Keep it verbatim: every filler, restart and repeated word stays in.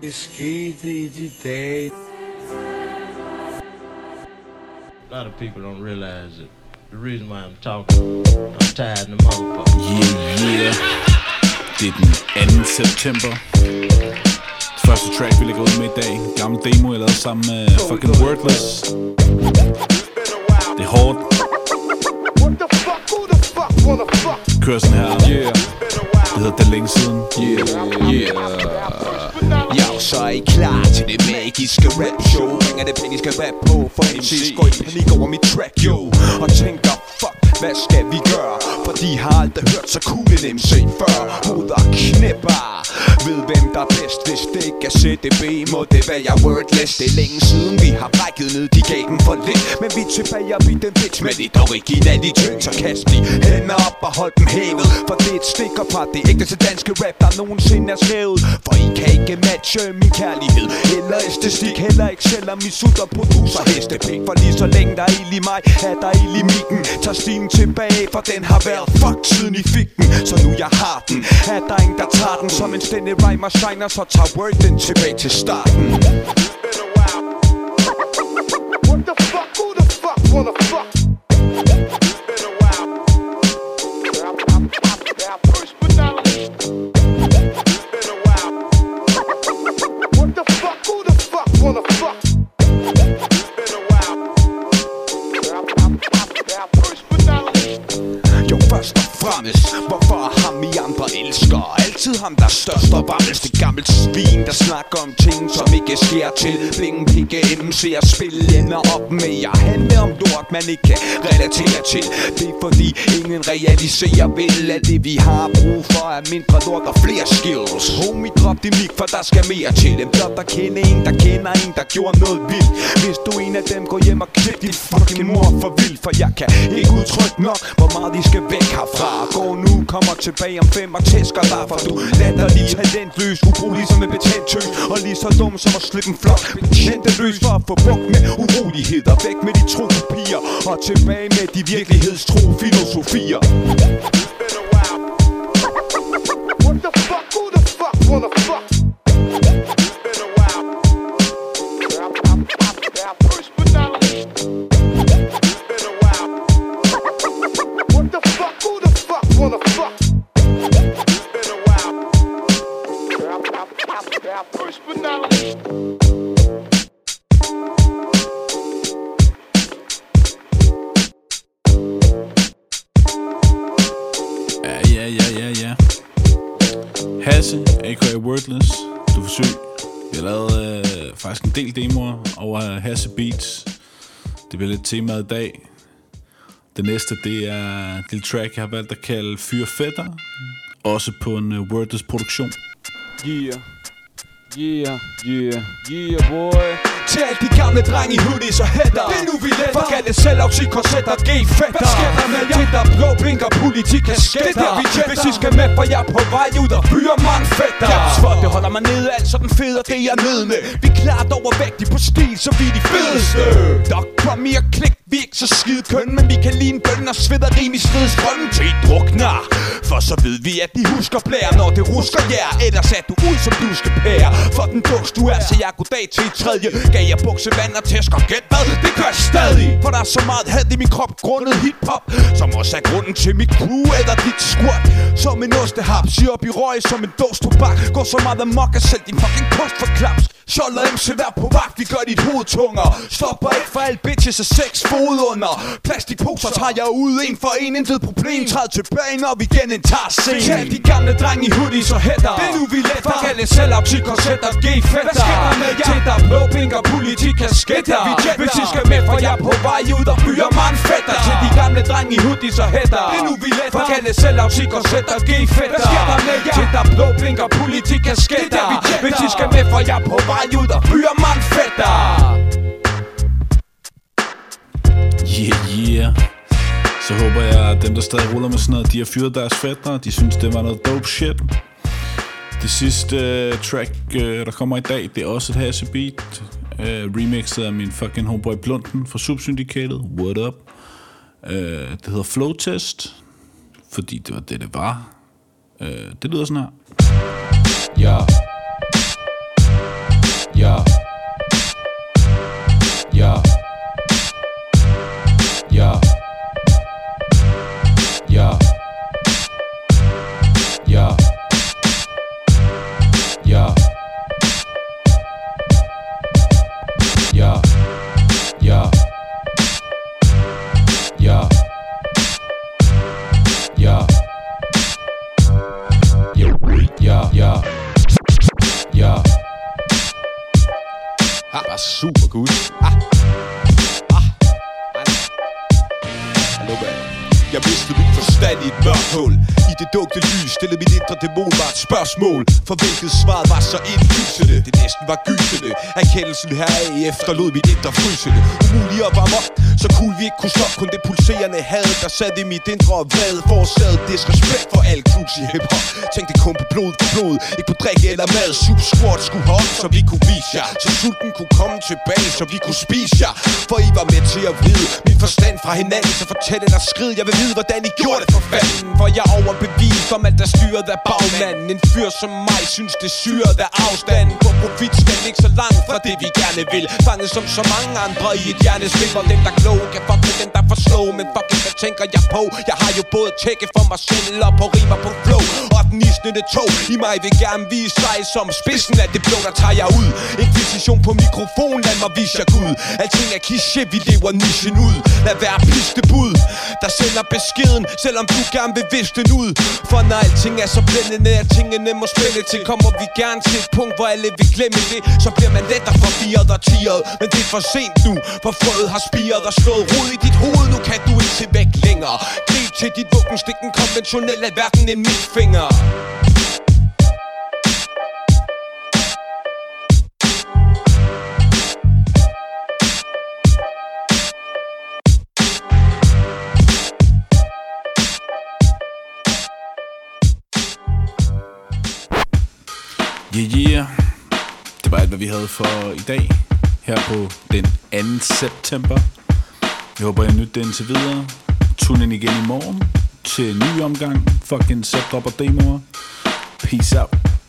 Det skete i de dage. A lot of people don't realize that the reason why I'm talking, I'm tired of the motherfucker. Yeah, yeah. Det er den anden september. Det første track, vi lægger ud med i dag. Gammel demo, jeg lavede sammen med fucking Wordless. Det er hårdt. Kører sådan her. Yeah. Det hedder Det længe siden. Yeah, yeah. Jo, så er I klar til det magiske rap show. Ringer det penge, I skal rap på. For M C's går i panik over mit track, yo. Og tænker, fuck, hvad skal vi gøre? For de har aldrig hørt så cool en M C før. Hoveder knæpper. Ved hvem der er bedst, hvis det ikke er C D B. Må det være jeg Wordless. Det er længe siden vi har brækket ned, de gav den for lidt. Men vi er tilbage op i den bitch med dit originalitet. Så kast de hænder op og hold dem hævet. For det er et stikker fra det ægteste danske rap, der nogensinde er skrevet. For I kan ikke matche min kærlighed eller æstetik. Heller ikke selvom I sutter producer hestepik. For lige så længe der er ild i mig, er der ild i mikken. Tag stilen tilbage, for den har været fucked siden I fik den. Så nu jeg har den, er der ingen der tager den. Som en stændig rhymer shiner, så tager word den tilbage til starten. What the fuck, who the fuck wanna fuck? Jo, først og fremmest, hvorfor ham I andre elsker? Altid ham der er størst og varmest. Det gammelt svin, der snakker om ting, som ikke sker til. Bling, pikke, M C og spil ender op med jer. Handle om lort, man ikke kan relatere til. Det er fordi ingen realiserer vel, at det vi har brug for er mindre lort og flere skills. Homie, drop det mik, for der skal mere til. Dem blot der kender en, der kender en, der gjorde noget vildt. Hvis du er en af dem, gå hjem og klip din fucking mor for vildt. For jeg kan ikke udtrykke nok, hvor meget de skal væk herfra. Gå nu, kommer tilbage om fem og tæsker dig. For du latterlig, talentløs, ubrugelig som en betændt tøs. Og lige så dum som at slippe en flok betjente løs. For at få bugt med uroligheder. Væk med de tro kopier og tilbage med de virkelighedstro filosofier. What the fuck, who the fuck wanna fuck? What the fuck, who the fuck wanna fuck? First but not least. Ja, ja, ja, ja, ja. Hasse, a k a. Wordless. Du er for syg. Vi har lavet øh, faktisk en del demoer over Hasse Beats. Det bliver lidt temaet i dag. Det næste, det er et lille track, jeg har valgt at kalde Fyre Fætter. Også på en uh, Wordless produktion. Yeah, yeah, yeah, yeah boy. Til alle de gamle drenge i hoodies og hætter. Det er nu vi letter. For alle selvopsig korsetter, G-fætter. Hvad sker der med jer? Det der blå blinker, politikasketter. Hvis I skal med, for jeg er på vej ud og byer mange fætter. Kæmpsvot, det holder mig nede, alt så den feder, det er nede med. Vi er klart overvægtige på stil, så vi er de fedeste. Dok, kom i og klik, vi er ikke så skide køn. Men vi kan lide en bøn og sveder rim i stridstrømmen til I drukner. For så ved vi, at de husker blære, når det rusker jer. Ellers er du ud, som du skal pære. For den duks du er, så jeg goddag til i tredje. Gav jeg bukse, vand og tæsk og gæt hvad? Det gør jeg stadig. For der er så meget had i min krop, grundet hiphop. Som også er grunden til mit crew eller dit squat. Som en ostehap, siger op i røg som en dås tobak. Går så meget amok og selv din fucking kost for klaps. Scholler M C vær på vagt, vi gør dit hoved tungere. Stopper ikke for alt bitches og seks fod under. Plastikposer tager jeg ud en for en, intet problem. Træd tilbage, når vi genindtager scenen. Tag de gamle drenge i hoodies og hætter. Det er nu vi letter. For alle selvopsig korsetter, G-fætter. Hvad sker der med jer? Til der blå pink og politikasketter. Hvis I skal med, for jeg er på vej ud og byer mange fætter. Til de gamle drenge i hoodies og hætter. Det er nu vi letter. For alle selvopsig korsetter, G-fætter. Hvad sker der med jer? Til der blå pink og politikasketter. Hvis I skal med, for jeg er på vej ud og byer mange fætter. Yeah, yeah. Så håber jeg, at dem, der stadig ruller med sådan noget, de har fyret deres fætter. De synes, det var noget dope shit. Det sidste uh, track, uh, der kommer i dag, det er også et Hasse beat. Uh, remixet af min fucking homeboy Blunden fra Subsyndicated. What up? Uh, det hedder Flow Test, fordi det var det, det var. Uh, det lyder sådan her. Ja. ja, ja, ja. Ha, var super gut. Ah. Ah. Hallo, man. Jeg mistede min forstand i et mørkt hul. I det dugte lys stillede min indre dæmon var et spørgsmål, for hvilket svaret var så indlysende. Det næsten var gysende. Erkendelsen heraf efterlod mit indre frysende. Umuligt at varme op, så cool vi ikke kunne stoppe. Kun det pulserende had, der sad i mit indre og vrede. Forårsaget disrespekt for al klus i hiphop. Tænkte kun på blod for blod, ikke på drikke eller mad. Sub squat skulle op, så vi kunne vise jer, så sulten kunne komme tilbage, så vi kunne spise jer. For I var med til at vride min forstand fra hinanden. Så fortæl eller skrid, jeg vil vide hvordan I gjorde det for fanden. For jeg er overbevist om alt der styret af bagmanden. En fyr som mig synes det syret af afstanden. Hvor profit skal ikke så langt fra det vi gerne vil. Fanget som så mange andre i et hjernespil. Hvor dem der kloge kan fuck med dem der for slow. Men fucking hvad tænker jeg på? Jeg har jo både tjekket for mig selv og på rimer på flow. Og den isnende tog i mig vil gerne vise sig som spidsen af det blå, der tager jeg ud. Inkvisition på mikrofon, lad mig vise jer Gud. Alting er kliché, vi lever nichen ud. Lad være pistebud, der sender beskeden, selvom du gerne vil vise den ud. For når alting er så blændende, at tingene må spænde til, kommer vi gerne til et punkt, hvor alle vil glemme det. Så bliver man lettere forvirret og tiret. Men det er for sent nu, for frøet har spiret og slået rod i dit hoved. Nu kan du ikke se væk længere. Grib til dit våbenstik, den konventionelle verden er mit finger. Yeah, yeah. Det var alt, hvad vi havde for i dag, her på den anden september. Jeg håber, jeg nytte det indtil videre. Tune ind igen i morgen til en ny omgang. Fucking set op og demoer. Peace out.